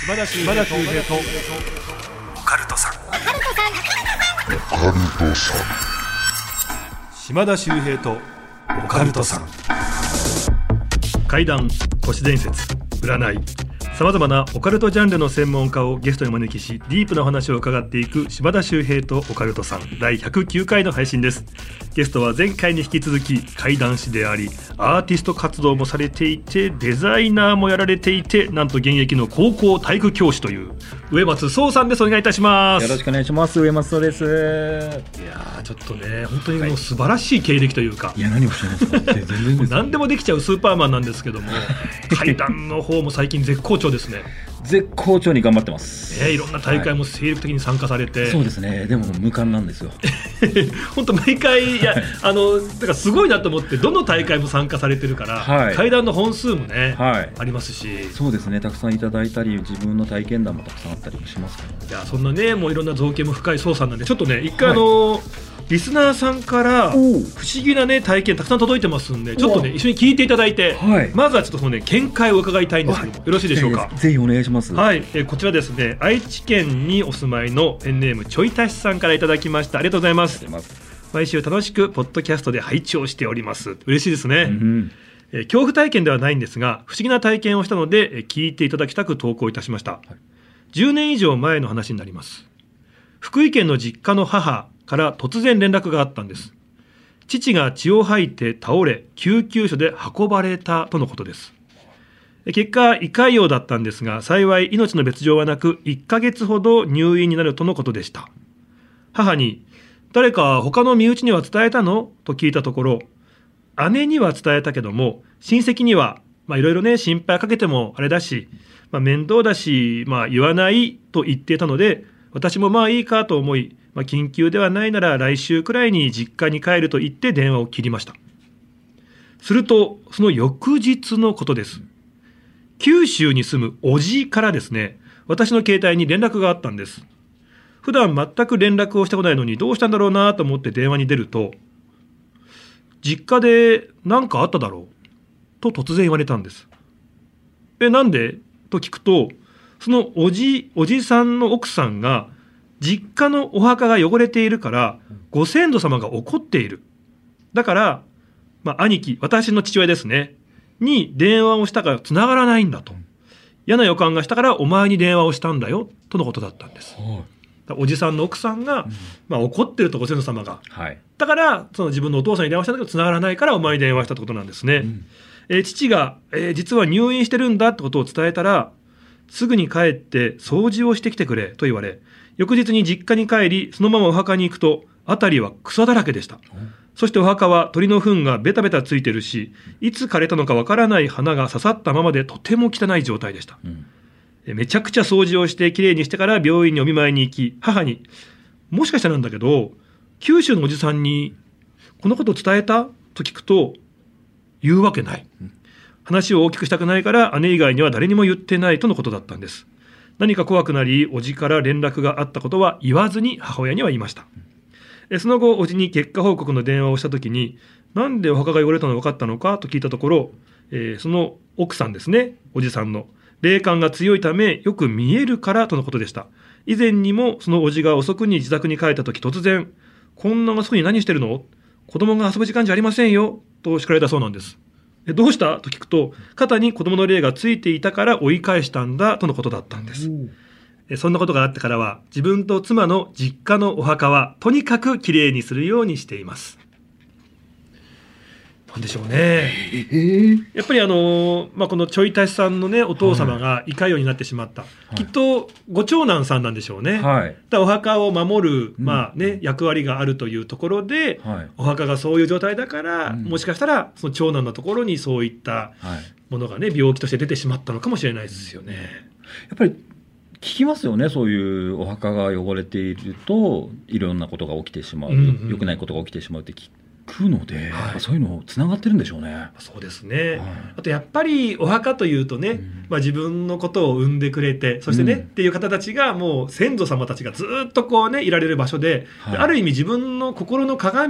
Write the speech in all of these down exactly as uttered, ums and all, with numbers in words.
島田秀平とオカルトさん島田秀平とオカルトさん。怪談、都市伝説、占い、さまざまなオカルトジャンルの専門家をゲストにお招きし、ディープなお話を伺っていく島田秀平とオカルトさんだいひゃくきゅうかいの配信です。ゲストは前回に引き続き怪談師であり、アーティスト活動もされていて、デザイナーもやられていて、なんと現役の高校体育教師という植松壮さんです。お願いいたします。 よろしくお願いします。植松壮です。 いやーちょっとね、本当にもう素晴らしい経歴というか、はい、 いや何をおっしゃいますか。全然です。 何でもできちゃうスーパーマンなんですけども怪談の方も最近絶好調ですね。 絶好調に頑張ってます、 えー、いろんな大会も精力的に参加されて、 はい、そうですね。でも無冠なんですよ本当毎回いやあのだからすごいなと思って、どの大会も参加されてるから、はい、怪談の本数もね、はい、ありますし、 そうですね。たくさんいただいたり、自分の体験談もたくさんあったりもしますから、ね、 いやそんなね、もういろんな造形も深い壮さんなんで、ちょっとね一回あの、はい、リスナーさんから不思議な、ね、体験たくさん届いてますんで、ちょっとね一緒に聞いていただいて、はい、まずはちょっとその、ね、見解を伺いたいんですけども、よろしいでしょうか。 ぜひお願いします。 はい、えー、こちらですね、愛知県にお住まいのペンネームちょいたしさんからいただきました。ありがとうございます。毎週楽しくポッドキャストで拝聴しております。嬉しいですね、うん、えー、恐怖体験ではないんですが、不思議な体験をしたので、えー、聞いていただきたく投稿いたしました、はい、じゅうねん以上前の話になります。福井県の実家の母から突然連絡があったんです。父が血を吐いて倒れ、救急車で運ばれたとのことです。結果胃潰瘍だったんですが、幸い命の別状はなく、いっかげつほど入院になるとのことでした。母に誰か他の身内には伝えたのと聞いたところ、姉には伝えたけども親戚にはいろいろね心配かけてもあれだし、まあ、面倒だし、まあ、言わないと言っていたので、私もまあいいかと思い、まあ、緊急ではないなら来週くらいに実家に帰ると言って電話を切りました。するとその翌日のことです。九州に住むおじからですね、私の携帯に連絡があったんです。普段全く連絡をしたことないのに、どうしたんだろうなと思って電話に出ると、実家で何かあっただろうと突然言われたんです。え、なんでと聞くと、そのおじ、おじさんの奥さんが実家のお墓が汚れているからご先祖様が怒っている。だから、まあ、兄貴、私の父親ですねに電話をしたから繋がらないんだと、嫌な予感がしたからお前に電話をしたんだよとのことだったんです。おじさんの奥さんが、うんまあ、怒ってるとご先祖様が、はい、だからその自分のお父さんに電話したんだけど繋がらないからお前に電話したってことなんですね、うんえー、父が、えー、実は入院してるんだってことを伝えたら、すぐに帰って掃除をしてきてくれと言われ、翌日に実家に帰り、そのままお墓に行くと辺りは草だらけでした、うん、そしてお墓は鳥の糞がベタベタついてるし、いつ枯れたのかわからない花が刺さったままでとても汚い状態でした、うんめちゃくちゃ掃除をしてきれいにしてから病院にお見舞いに行き、母にもしかしたらなんだけど九州のおじさんにこのことを伝えたと聞くと、言うわけない、話を大きくしたくないから姉以外には誰にも言ってないとのことだったんです。何か怖くなり、おじから連絡があったことは言わずに母親には言いました。その後おじに結果報告の電話をしたときに、なんでお墓が汚れたのが分かったのかと聞いたところ、えー、その奥さんですね、おじさんの霊感が強いためよく見えるからとのことでした。以前にもそのおじが遅くに自宅に帰ったとき、突然こんな遅くに何してるの、子供が遊ぶ時間じゃありませんよと叱られたそうなんです。えどうしたと聞くと、肩に子供の霊がついていたから追い返したんだとのことだったんです。えそんなことがあってからは、自分と妻の実家のお墓はとにかくきれいにするようにしています。なんでしょうね、えー、やっぱりあの、まあ、このちょいたしさんのねお父様が胃潰瘍になってしまった、はい、きっとご長男さんなんでしょうね、はい、だお墓を守る、まあね、うん、役割があるというところで、はい、お墓がそういう状態だから、うん、もしかしたらその長男のところにそういったものがね、病気として出てしまったのかもしれないですよね。 やっぱり聞きますよね。そういうお墓が汚れているといろんなことが起きてしまう、うんうん、良くないことが起きてしまうって聞くので、はい、そういうのつながってるんでしょうね。 そうですね、はい、あとやっぱりお墓というとね、うんまあ、自分のことを産んでくれて、そしてね、うん、っていう方たちがもう先祖様たちがずっとこうねいられる場所で、はい、ある意味自分の心の鏡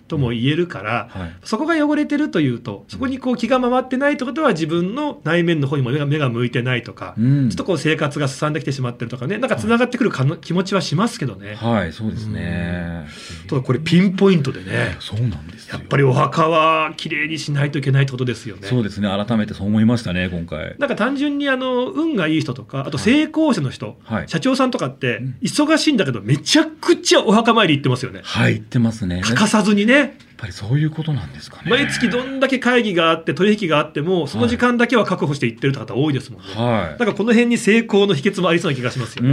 とも言えるから、 はい、 そこが汚れてるというと、そこにこう気が回ってないということは自分の内面の方にも目が、目が向いてないとか、うん、ちょっとこう生活がすさんできてしまってるとかね、なんかつながってくるかの、はい、気持ちはしますけどね。 はい、そうですね。 ただこれピンポイントでね、 そうなんですよ。 やっぱりお墓はきれいにしないといけないってことですよね。 そうですね、改めてそう思いましたね、今回。 なんか単純にあの運がいい人とか、あと成功者の人、はい、社長さんとかって忙しいんだけどめちゃくちゃお墓参り行ってますよね。 はい、行ってますね。 欠かさずにね。やっぱりそういうことなんですかね。 毎月どんだけ会議があって取引があってもその時間だけは確保して行ってる方多いですもんね。はい、だからこの辺に成功の秘訣もありそうな気がしますよね。うん、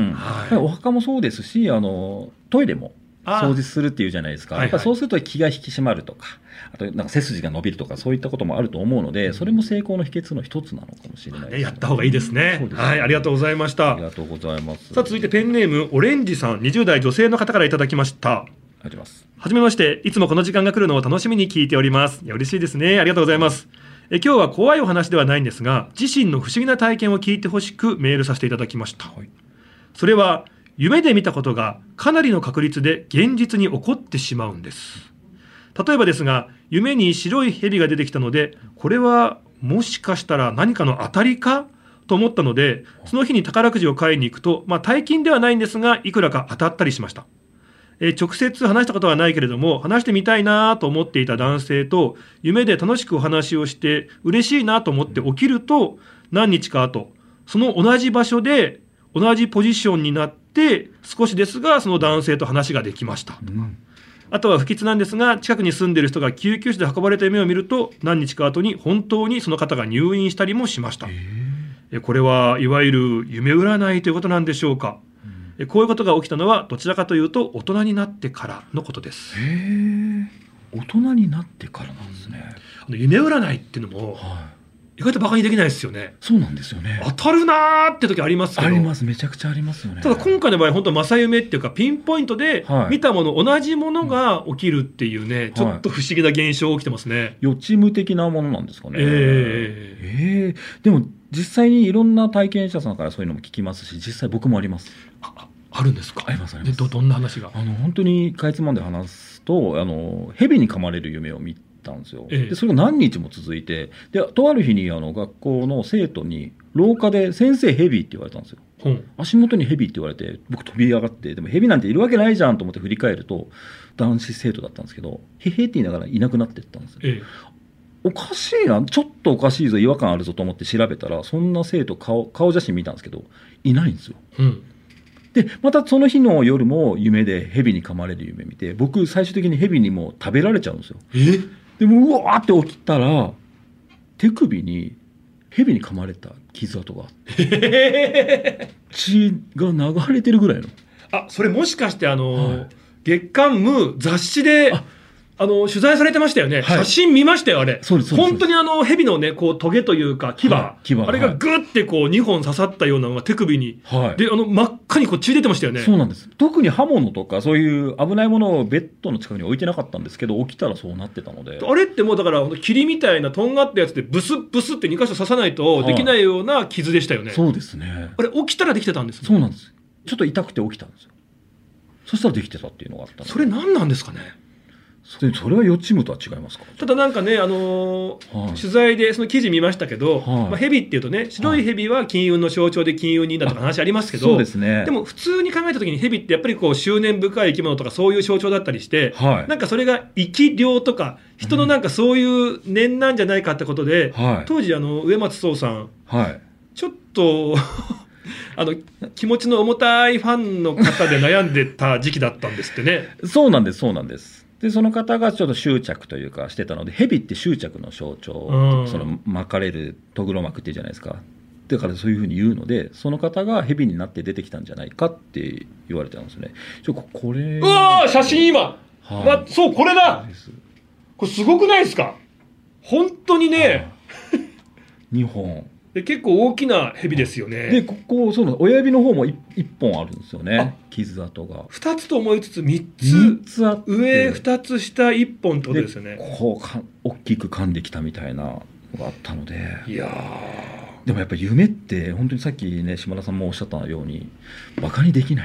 はい、お墓もそうですし、あのトイレも掃除するっていうじゃないですか。やっぱそうすると気が引き締まるとか、あとなんか背筋が伸びるとか、そういったこともあると思うので、それも成功の秘訣の一つなのかもしれないですね。 やった方がいいですね。そうですね。はい、ありがとうございました。 ありがとうございます。 さあ続いてペンネームオレンジさん、にじゅう代女性の方からいただきました。 ありがとうございます。 はじめまして、いつもこの時間が来るのを楽しみに聞いております。いや嬉しいですね。ありがとうございます。え今日は怖いお話ではないんですが、自身の不思議な体験を聞いてほしくメールさせていただきました。はい、それは夢で見たことがかなりの確率で現実に起こってしまうんです。例えばですが、夢に白い蛇が出てきたので、これはもしかしたら何かの当たりかと思ったので、その日に宝くじを買いに行くと、まあ大金ではないんですがいくらか当たったりしました。えー、直接話したことはないけれども、話してみたいなと思っていた男性と夢で楽しくお話をして嬉しいなと思って起きると、何日か後、その同じ場所で同じポジションになって少しですがその男性と話ができました、うん、あとは不吉なんですが、近くに住んでいる人が救急車で運ばれた夢を見ると、何日か後に本当にその方が入院したりもしました。えこれはいわゆる夢占いということなんでしょうか。うん、こういうことが起きたのはどちらかというと大人になってからのことです。 へー、大人になってからなんですね。 あの夢占いっていうのも、はい、意外とバカにできないですよね。 そうなんですよね。 当たるなーって時ありますけど。 あります、めちゃくちゃありますよね。 ただ今回の場合本当正夢っていうかピンポイントで見たもの、はい、同じものが起きるっていうね、ちょっと不思議な現象起きてますね。はい、 予知夢的なものなんですかね。 えー、 えー、でも実際にいろんな体験者さんからそういうのも聞きますし、実際僕もあります。 あ、あるんですか。 ありますあります。 ど、どんな話が。 あの本当にかいつまんで話すと、あの蛇に噛まれる夢を見たんですよ。ええ、でそれが何日も続いて、でとある日にあの学校の生徒に廊下で先生ヘビって言われたんですよ。うん、足元にヘビって言われて僕飛び上がって、でもヘビなんているわけないじゃんと思って振り返ると男子生徒だったんですけど、へへって言いながらいなくなっていったんですよ。ええ、おかしいな、ちょっとおかしいぞ、違和感あるぞと思って調べたら、そんな生徒 顔, 顔写真見たんですけどいないんですよ。うん、でまたその日の夜も夢で蛇に噛まれる夢見て、僕最終的に蛇にもう食べられちゃうんですよ。 えでもうわーって起きたら手首に蛇に噛まれた傷跡があって血が流れてるぐらいの。 あ、それもしかしてあの、はい、月刊ムー雑誌であの取材されてましたよね。はい、写真見ましたよあれ。 そうですそうです。 本当にあの蛇のねこうトゲというか牙、はい、牙あれがグッてこうにほん刺さったようなのが手首に、はい、であの真っ赤にこう血出てましたよね。 そうなんです。特に刃物とかそういう危ないものをベッドの近くに置いてなかったんですけど、起きたらそうなってたので。 あれってもうだから霧みたいなとんがったやつでブスブスってに箇所刺さないとできないような傷でしたよね。 はい、そうですね。 あれ起きたらできてたんですね。 そうなんです。ちょっと痛くて起きたんですよ。そしたらできてたっていうのがあったので。 それ何なんですかね。 それ、それは予知夢とは違いますか。 ただなんかね、あのーはい、取材でその記事見ましたけど、はい、まあ、蛇っていうとね、白い蛇は金運の象徴で金運にいいんだとか話ありますけど、 そうですね、 でも普通に考えた時に蛇ってやっぱりこう執念深い生き物とかそういう象徴だったりして、はい、なんかそれが生き量とか人のなんかそういう念なんじゃないかってことで、はい、当時あの植松壮さん、はい、ちょっとあの気持ちの重たいファンの方で悩んでた時期だったんですってね。 そうなんです、そうなんです。でその方がちょっと執着というかしてたので、蛇って執着の象徴、うん、その巻かれるとぐろ巻くっていうじゃないですか。だからそういうふうに言うので、その方が蛇になって出てきたんじゃないかって言われてたんですね。ちょこれうわー写真今、はい、ま、そうこれだ、これすごくないですか。本当にね、 にほんで結構大きな蛇ですよね。 でここそうな親指の方もいっぽんあるんですよね、傷跡がふたつと思いつつみっつ、みっつあって上ふたつ下いっぽんってことですよね。 こうか大きく噛んできたみたいなのがあったので、 いやでもやっぱり夢って本当にさっきね島田さんもおっしゃったようにバカにできないなというか、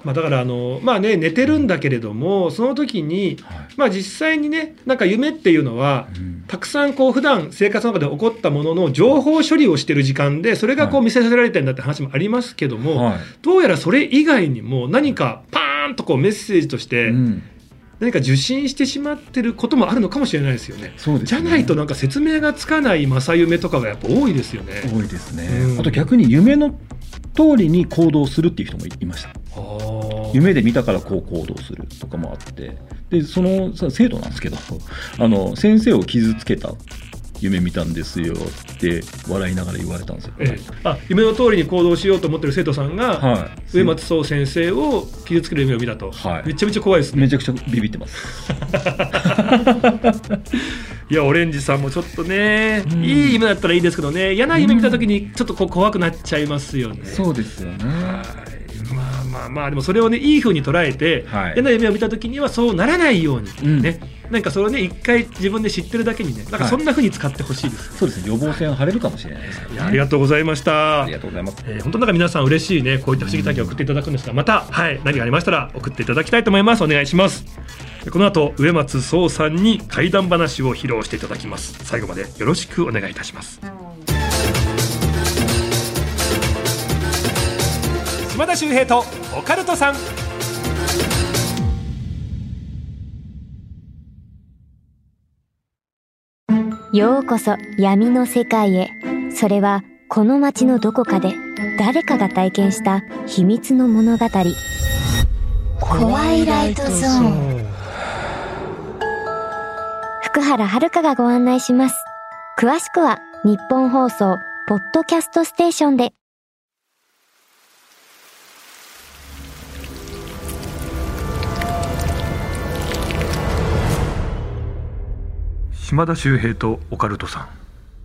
まあ、だからあの、まあね、寝てるんだけれども、その時に、はい、まあ、実際にね、なんか夢っていうのは、うん、たくさんこう普段生活の中で起こったものの情報処理をしてる時間で、それがこう見せさせられてるんだって話もありますけども、はい、どうやらそれ以外にも何かパーンとこうメッセージとして、うん何か受信してしまってることもあるのかもしれないですよね。 そうですね。 じゃないとなんか説明がつかない正夢とかがやっぱ多いですよね。 多いですね、うん、あと逆に夢の通りに行動するっていう人もいました。夢で見たからこう行動するとかもあって、でその生徒なんですけど、あの先生を傷つけた夢見たんですよって笑いながら言われたんですよ、 ええ、あ夢の通りに行動しようと思ってる生徒さんが、はい、植松壮先生を傷つける夢を見たと、はい、めちゃめちゃ怖いですね。 めちゃくちゃビビってますいやオレンジさんもちょっとね、うん、いい夢だったらいいですけどね、嫌な夢見た時にちょっとこう怖くなっちゃいますよね、うん、 そうですよね。 まあまあまあでもそれをねいい風に捉えて、はい、嫌な夢を見た時にはそうならないようにね、うん、なんかそれをね一回自分で知ってるだけにね、なんかそんな風に使ってほしいです、 はい、そうですね。予防線を張れるかもしれないですね。 いやありがとうございました。 ありがとうございます、 えー、本当なんか皆さん嬉しいねこういった不思議体験を送っていただくんですが、また、はい、何がありましたら送っていただきたいと思います。お願いします。この後植松壮さんに怪談話を披露していただきます。最後までよろしくお願いいたします。島田秀平とオカルトさん。 ようこそ闇の世界へ。それはこの街のどこかで誰かが体験した秘密の物語。怖いライトゾーン。福原遥がご案内します。詳しくは日本放送ポッドキャストステーションで。 島田秀平とオカルトさん。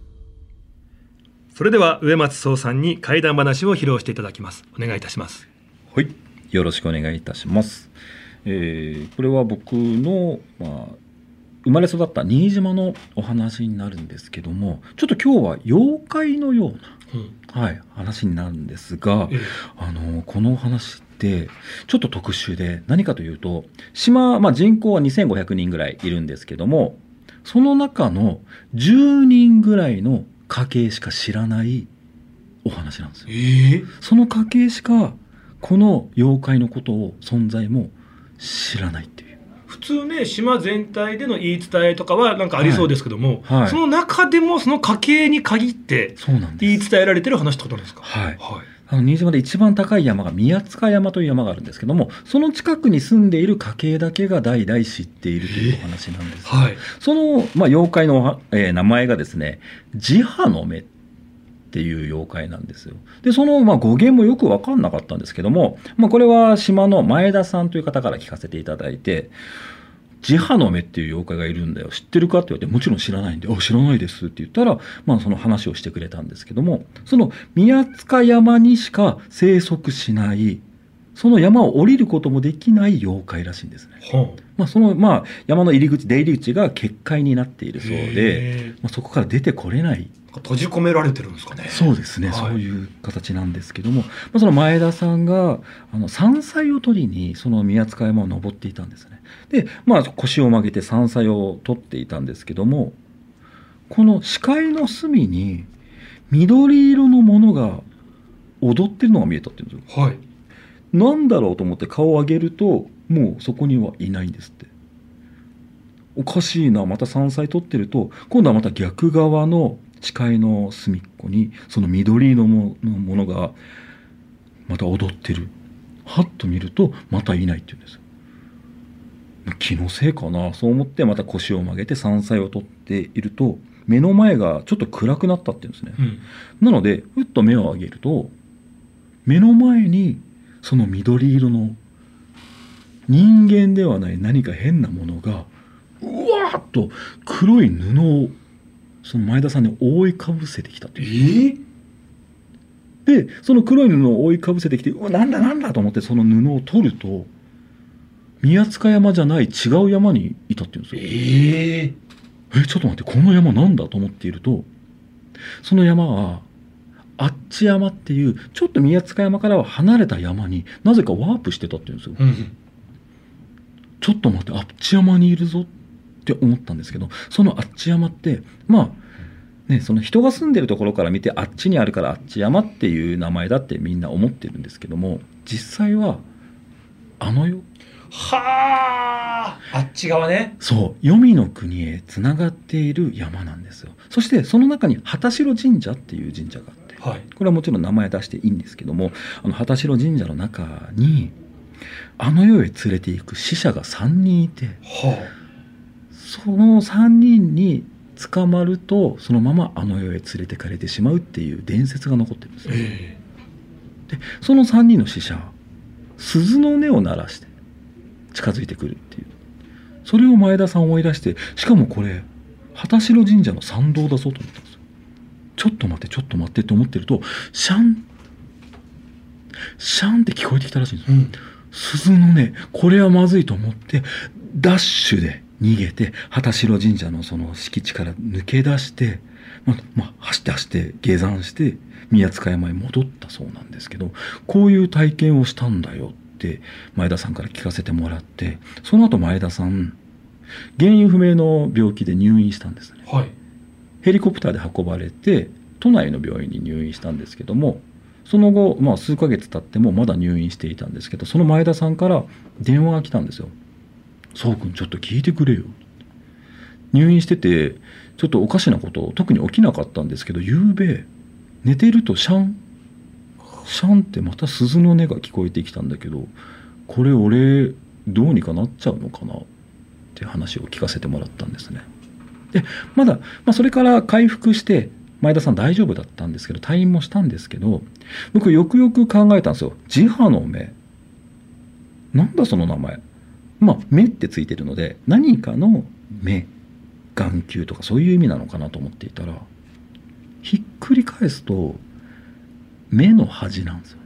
それでは植松壮さんに怪談話を披露していただきます。お願いいたします。 はい、よろしくお願いいたします。えー、これは僕の、まあ、生まれ育った新島のお話になるんですけども、ちょっと今日は妖怪のような、うん、はい、話になるんですが、ええ、あのこの話ってちょっと特殊で、何かというと島、まあ、人口はにせんごひゃくにんぐらいいるんですけども、その中のじゅうにんぐらいの家系しか知らないお話なんですよ、えー、その家系しかこの妖怪のことを存在も知らないっていう。 普通ね島全体での言い伝えとかはなんかありそうですけども、はいはい、その中でもその家系に限って言い伝えられてる話ってことなんですか。 はい、はい、あの新島で一番高い山が宮塚山という山があるんですけども、その近くに住んでいる家系だけが代々知っているというお話なんです、はい、その、まあ、妖怪の、えー、名前がですね、地羽の目っていう妖怪なんですよ。でその、まあ、語源もよく分かんなかったんですけども、まあ、これは島の前田さんという方から聞かせていただいて、地羽の目っていう妖怪がいるんだよ、知ってるかって言われて、もちろん知らないんで、あ、知らないですって言ったら、まあ、その話をしてくれたんですけども、その宮塚山にしか生息しない、その山を降りることもできない妖怪らしいんですね、はあ、まあ、その、まあ、山の入り口、出入り口が結界になっているそうで、まあ、そこから出てこれない、 閉じ込められてるんですかね。 そうですね、はい、そういう形なんですけども、まあ、その前田さんがあの山菜を取りにその宮塚山を登っていたんですね。で、まあ、腰を曲げて山菜を取っていたんですけども、この視界の隅に緑色のものが踊ってるのが見えたっていうんですよ、はい、なんだろうと思って顔を上げると、もうそこにはいないんですって。おかしいな、また山菜取ってると、今度はまた逆側の視界の隅っこにその緑色のものがまた踊ってる。はっと見るとまたいないっていうんですよ。気のせいかな、そう思ってまた腰を曲げて山菜を取っていると、目の前がちょっと暗くなったっていうんですね、うん、なのでふっと目を上げると、目の前にその緑色の人間ではない何か変なものがうわーっと黒い布をその前田さんに覆いかぶせてきたという、えー、でその黒い布を覆いかぶせてきて、うわなんだなんだと思ってその布を取ると、宮塚山じゃない違う山にいたっていうんですよ。えー、えちょっと待って、この山なんだと思っていると、その山はあっち山っていうちょっと宮塚山からは離れた山になぜかワープしてたっていうんですよ、うん、ちょっと待って、あっち山にいるぞって思ったんですけど、そのあっち山ってまあね、その人が住んでるところから見てあっちにあるからあっち山っていう名前だってみんな思ってるんですけども、実際はあの世、 はあ、あっち側ね。 そう、黄泉の国へつながっている山なんですよ。そしてその中に畑代神社っていう神社があって、はい、これはもちろん名前出していいんですけども、あの畑代神社の中にあの世へ連れていく死者がさんにんいて、はあ、そのさんにんに捕まるとそのままあの世へ連れてかれてしまうっていう伝説が残ってるんですよ、えー、でそのさんにんの死者、鈴の音を鳴らして近づいてくるっていう、それを前田さん思い出して、しかもこれ畑代神社の参道だぞと思ったんですよ。ちょっと待ってちょっと待ってって思ってると、シャンシャンって聞こえてきたらしいんですよ、うん、鈴の音、これはまずいと思ってダッシュで逃げて畑代神社のその敷地から抜け出して、ままあ、走って走って下山して宮塚山へ戻ったそうなんですけど、こういう体験をしたんだよって前田さんから聞かせてもらって、その後前田さん原因不明の病気で入院したんですね、はい、ヘリコプターで運ばれて都内の病院に入院したんですけども、その後、まあ、数ヶ月経ってもまだ入院していたんですけど、その前田さんから電話が来たんですよ。そうくんちょっと聞いてくれよ。入院しててちょっとおかしなこと特に起きなかったんですけど、夕べ寝てるとシャンシャンってまた鈴の音が聞こえてきたんだけど、これ俺どうにかなっちゃうのかなって話を聞かせてもらったんですね。でまだ、まあ、それから回復して前田さん大丈夫だったんですけど、退院もしたんですけど、僕よくよく考えたんですよ。慈波の目、なんだその名前。まあ、目ってついてるので何かの目、眼球とかそういう意味なのかなと思っていたら、ひっくり返すと目の端なんですよ。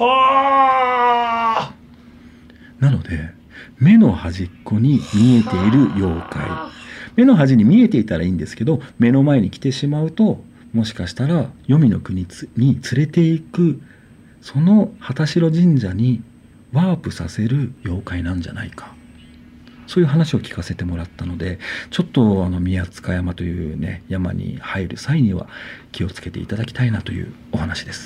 はあ。 なので目の端っこに見えている妖怪、目の端に見えていたらいいんですけど、目の前に来てしまうともしかしたら黄泉の国に連れていく、その畑代神社にワープさせる妖怪なんじゃないか、そういう話を聞かせてもらったので、ちょっとあの宮塚山というね山に入る際には気をつけていただきたいなというお話です。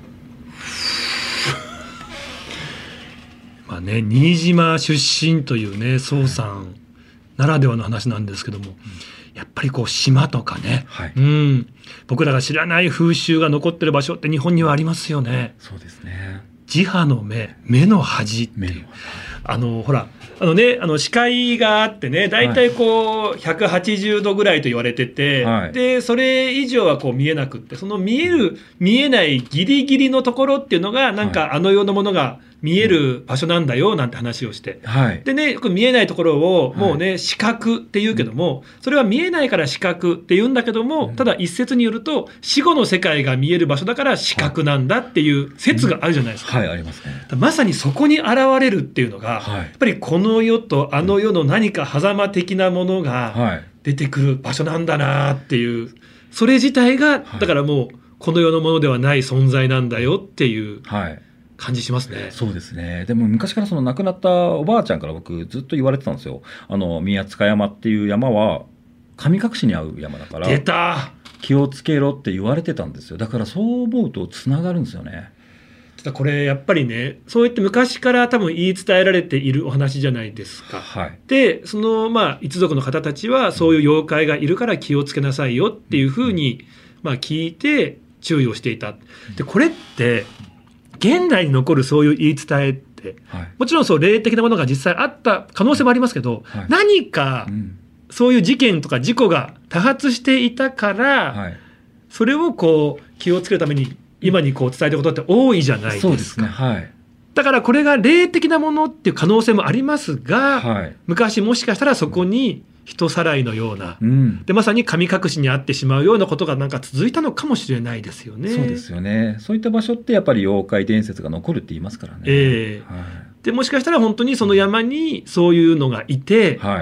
まあね、新島出身というね宋さんならではの話なんですけども、やっぱりこう島とかね、はい、うん、僕らが知らない風習が残ってる場所って日本にはありますよね。 そうですね。 慈波の目、目の端っていう、あのほらあのね、あの視界があってね、だいたいこうひゃくはちじゅうどぐらいと言われてて、はい、でそれ以上はこう見えなくって、その見える見えないギリギリのところっていうのがなんかあの世のものが見える場所なんだよなんて話をして、はい、でね、見えないところをもうね、はい、視覚って言うけども、それは見えないから視覚って言うんだけども、ただ一説によると死後の世界が見える場所だから視覚なんだっていう説があるじゃないですか。 はい、ありますね。 まさにそこに現れるっていうのが、はい、やっぱりこの世とあの世の何か狭間的なものが出てくる場所なんだなっていう、それ自体がだからもうこの世のものではない存在なんだよっていう感じしますね。はい、 そうですね。でも昔からその亡くなったおばあちゃんから僕ずっと言われてたんですよ。あの宮塚山っていう山は神隠しに合う山だから出た気をつけろって言われてたんですよ。だからそう思うとつながるんですよね。 これやっぱりね、そうやって昔から多分言い伝えられているお話じゃないですか。はい、でそのまあ一族の方たちはそういう妖怪がいるから気をつけなさいよっていうふうにまあ聞いて注意をしていた。でこれって現代に残るそういう言い伝えって、はい、もちろんそう霊的なものが実際あった可能性もありますけど、はい、何かそういう事件とか事故が多発していたから、はい、それをこう気をつけるために今にこう伝えることって多いじゃないですか。そうですね、はい、だからこれが霊的なものっていう可能性もありますが、はい、昔もしかしたらそこに人さらいのような、うん、でまさに神隠しにあってしまうようなことがなんか続いたのかもしれないですよね。 そうですよね。そういった場所ってやっぱり妖怪伝説が残るって言いますからね。えーはい、でもしかしたら本当にその山にそういうのがいて、はい、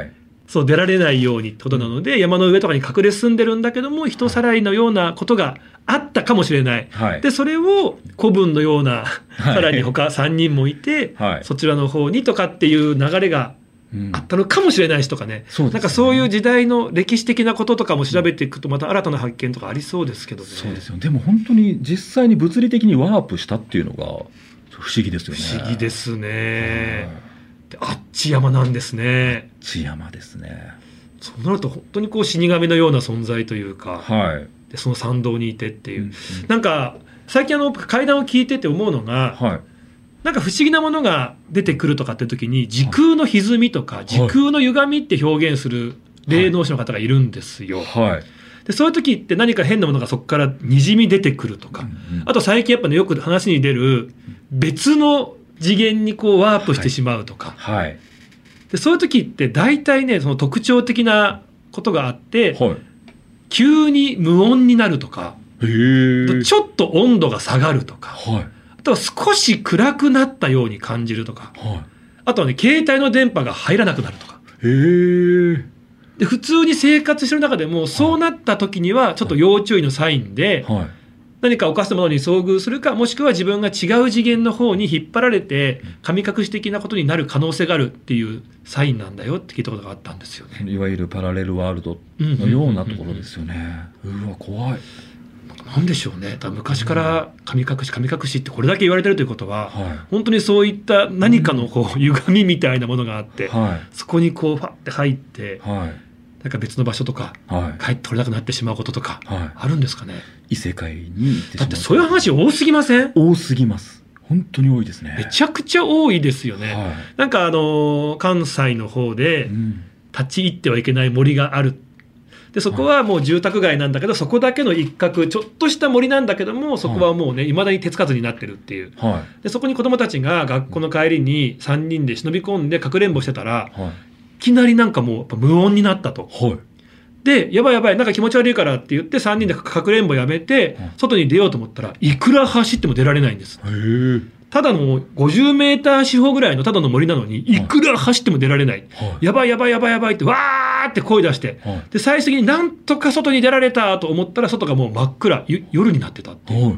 そう出られないようにってことなので、うん、山の上とかに隠れ住んでるんだけども人さらいのようなことがあったかもしれない、はい、でそれを子分のような、はい、さらに他さんにんもいて、はい、そちらの方にとかっていう流れがあったのかもしれないしとかね、うん、なんかそういう時代の歴史的なこととかも調べていくとまた新たな発見とかありそうですけどね。 そうですよ。でも本当に実際に物理的にワープしたっていうのが不思議ですよね。 不思議ですね。であっち山なんですね。 あっち山ですね。 そうなると本当にこう死神のような存在というか、 はい、 でその参道にいてっていう、うんうん、なんか最近あの怪談を聞いてて思うのが、はい、なんか不思議なものが出てくるとかって時に時空の歪みとか時空の歪みって表現する霊能者の方がいるんですよ、はい、でそういう時って何か変なものがそこからにじみ出てくるとか、うんうん、あと最近やっぱねよく話に出る別の次元にこうワープしてしまうとか、はいはい、でそういう時って大体ねその特徴的なことがあって、はい、急に無音になるとかへーちょっと温度が下がるとか、はい、あとは少し暗くなったように感じるとか、はい、あとはね携帯の電波が入らなくなるとかへーで普通に生活してる中でもそうなった時にはちょっと要注意のサインで、はいはい、何か犯したものに遭遇するかもしくは自分が違う次元の方に引っ張られて神隠し的なことになる可能性があるっていうサインなんだよって聞いたことがあったんですよね。 いわゆるパラレルワールドのようなところですよね。うわ怖い。 なんでしょうね。多分昔から神隠し神隠しってこれだけ言われてるということは、はい、本当にそういった何かのこう歪みみたいなものがあって、はい、そこにこうファッて入って、はい、なんか別の場所とか、はい、帰ってこれなくなってしまうこととか、はい、あるんですかね。 異世界に行ってしまう。 だってそういう話多すぎません？ 多すぎます。本当に多いですね。 めちゃくちゃ多いですよね、はい、なんかあの関西の方で、うん、立ち入ってはいけない森がある。でそこはもう住宅街なんだけど、はい、そこだけの一角ちょっとした森なんだけどもそこはもうねいまだに手つかずになってるっていう、はい、でそこに子どもたちが学校の帰りにさんにんで忍び込んでかくれんぼしてたら、はい、いきなりなんかもうやっぱ無音になったと、はい、でやばいやばいなんか気持ち悪いからって言ってさんにんでかくれんぼやめて、はい、外に出ようと思ったらいくら走っても出られないんです。へーただのごじゅうメーター四方ぐらいのただの森なのにいくら走っても出られない、はい、やばいやばいやばいやばいってわーって声出して、はい、で最終的になんとか外に出られたと思ったら外がもう真っ暗夜になってたっていう、はい、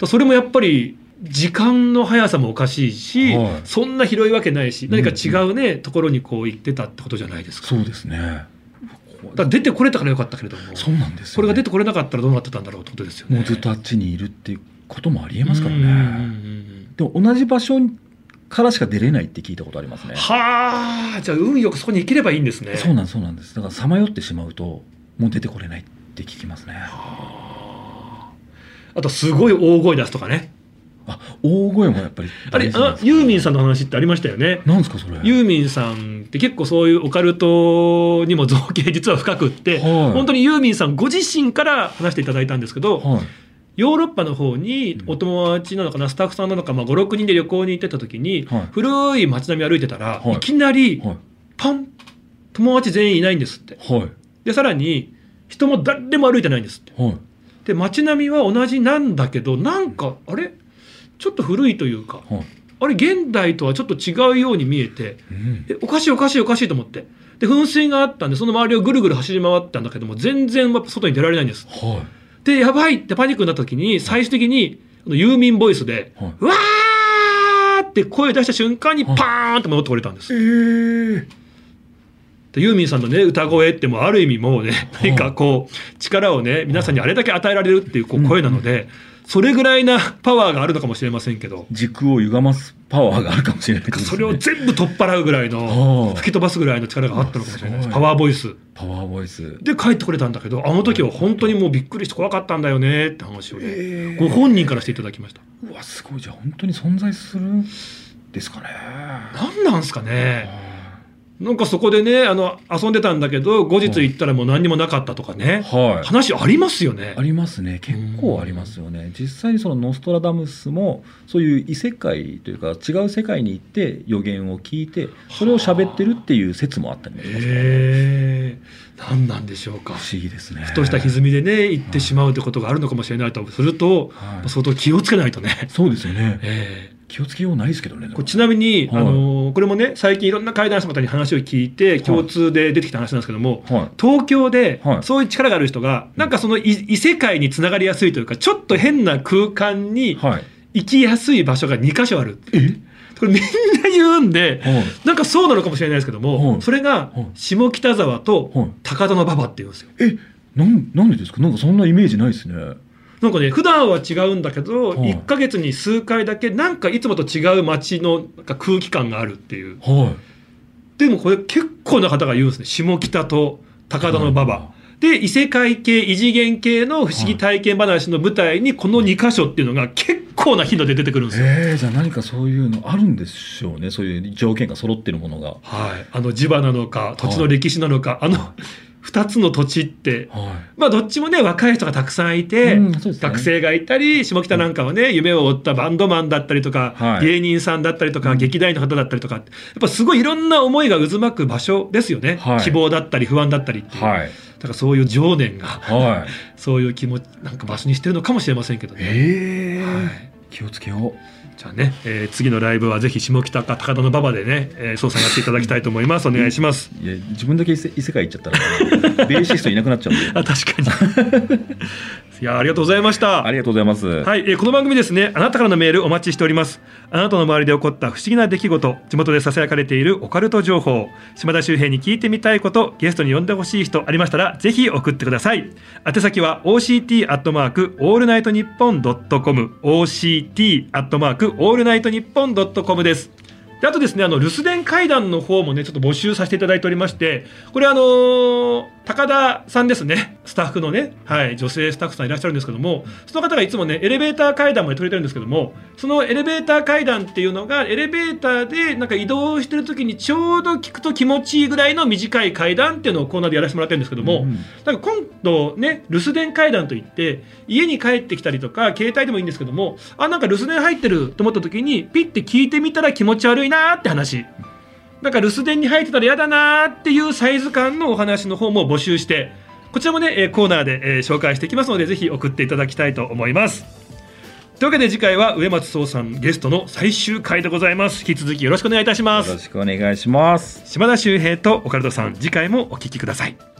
それもやっぱり時間の速さもおかしいし、はい、そんな広いわけないし何か違うね、うん、ところにこう行ってたってことじゃないですか。 そうですね。 だから出てこれたからよかったけれどもそうなんですよ、ね、 これが出てこれなかったらどうなってたんだろうってことですよね。 もうずっとあっちにいるっていうこともありえますからね。うんうんうんでも同じ場所からしか出れないって聞いたことありますね。 はあ、じゃあ運よくそこに行ければいいんですね。 そうなんですそうなんです。だからさまよってしまうともう出てこれないって聞きますね。 はあ、あとすごい大声出すとかね。 あ、大声もやっぱりあれあユーミンさんの話ってありましたよね。 なんですかそれ。 ユーミンさんって結構そういうオカルトにも造形実は深くって、はい、本当にユーミンさんご自身から話していただいたんですけど、はいヨーロッパの方にお友達なのかなスタッフさんなのか、まあ、ごろくにんで旅行に行ってた時に、はい、古い街並み歩いてたら、はい、いきなり、はい、パン友達全員いないんですって、はい、でさらに人も誰も歩いてないんですって、はい、で街並みは同じなんだけどなんかあれちょっと古いというか、はい、あれ現代とはちょっと違うように見えて、うん、えおかしいおかしいおかしいと思ってで噴水があったんでその周りをぐるぐる走り回ったんだけども全然外に出られないんです、はいでやばいってパニックになった時に最終的にユーミンボイスで、はい、わーって声出した瞬間にパーンって戻ってこれたんです、はいえー、でユーミンさんのね歌声ってもうある意味もうね何かこう力をね皆さんにあれだけ与えられるっていうこう声なので、うんうんそれぐらいなパワーがあるのかもしれませんけど時空を歪ますパワーがあるかもしれないですね。 それを全部取っ払うぐらいの吹き飛ばすぐらいの力があったのかもしれないです。パワーボイスパワーボイスで帰ってこれたんだけどあの時は本当にもうびっくりして怖かったんだよねって話をね、えー、ご本人からしていただきました。 うわすごいじゃあ本当に存在するんですかね。 何なんですかね。なんかそこでねあの遊んでたんだけど後日行ったらもう何にもなかったとかね、はい、話ありますよね。 ありますね結構ありますよね。実際にそのノストラダムスもそういう異世界というか違う世界に行って予言を聞いてそれを喋ってるっていう説もあったりもしますからね。 へー何なんでしょうか。 不思議ですね。 ふとした歪みでね行ってしまうということがあるのかもしれないとすると、はい、相当気をつけないとね。 そうですよね、 えー気をつけようないですけどね。 これちなみに、はい、あのこれもね最近いろんな怪談師の方に話を聞いて共通で出てきた話なんですけども、はい、東京でそういう力がある人が、はい、なんかその異世界につながりやすいというかちょっと変な空間に行きやすい場所がにかしょある。えこれみんな言うんで、はい、なんかそうなのかもしれないですけども、はい、それが下北沢と高田馬場っていうんですよ。 えなん、なんでですか。なんかそんなイメージないですね。 なんかね普段は違うんだけど、はい、いっかげつに数回だけなんかいつもと違う街のなんか空気感があるっていう、はい、でもこれ結構な方が言うんですね。下北と高田馬場、はい、で異世界系異次元系の不思議体験話の舞台にこのにかしょっていうのが結構な頻度で出てくるんですよ。 えー、じゃあ何かそういうのあるんでしょうね。そういう条件が揃ってるものが、 はい、あの地場なのか土地の歴史なのか、はい、あのふたつの土地って、はい、まあどっちもね若い人がたくさんいて、うんね、学生がいたり下北なんかはね、うん、夢を追ったバンドマンだったりとか、はい、芸人さんだったりとか、うん、劇団員の方だったりとかやっぱすごいいろんな思いが渦巻く場所ですよね、はい、希望だったり不安だったりっていう、はい、だからそういう情念が、はい、そういう気持ちなんか場所にしてるのかもしれませんけどね。 へー、はい、気をつけよう。 じゃあね、えー、次のライブはぜひ下北か高田馬場でね、えー、捜査やっていただきたいと思います。お願いします。 いや自分だけ異世界行っちゃったらベーシストいなくなっちゃうんであ確かにいやありがとうございました。 ありがとうございます。 はい、えー、この番組ですねあなたからのメールお待ちしております。あなたの周りで起こった不思議な出来事地元でささやかれているオカルト情報島田秀平に聞いてみたいことゲストに呼んでほしい人ありましたらぜひ送ってください。宛先は オーシーティー アットマーク オールナイトニッポン ドットコム オーシーティー アットマーク オールナイトニッポン ドットコム です。であとですねあの留守電会談の方もねちょっと募集させていただいておりましてこれあのー、高田さんですねスタッフのね、はい、女性スタッフさんいらっしゃるんですけどもその方がいつもねエレベーター会談もやってくれてるんですけどもそのエレベーター会談っていうのがエレベーターでなんか移動してる時にちょうど聞くと気持ちいいぐらいの短い会談っていうのをコーナーでやらせてもらってるんですけども、うん、なんか今度ね留守電会談といって家に帰ってきたりとか携帯でもいいんですけどもあなんか留守電入ってると思った時にピッて聞いてみたら気持ち悪いなって話なんか留守電に入ってたら嫌だなっていうサイズ感のお話の方も募集してこちらもねコーナーで紹介していきますのでぜひ送っていただきたいと思います。というわけで次回は植松壮さんゲストの最終回でございます。引き続きよろしくお願いいたします。 よろしくお願いします。 島田秀平とオカルトさん次回もお聞きください。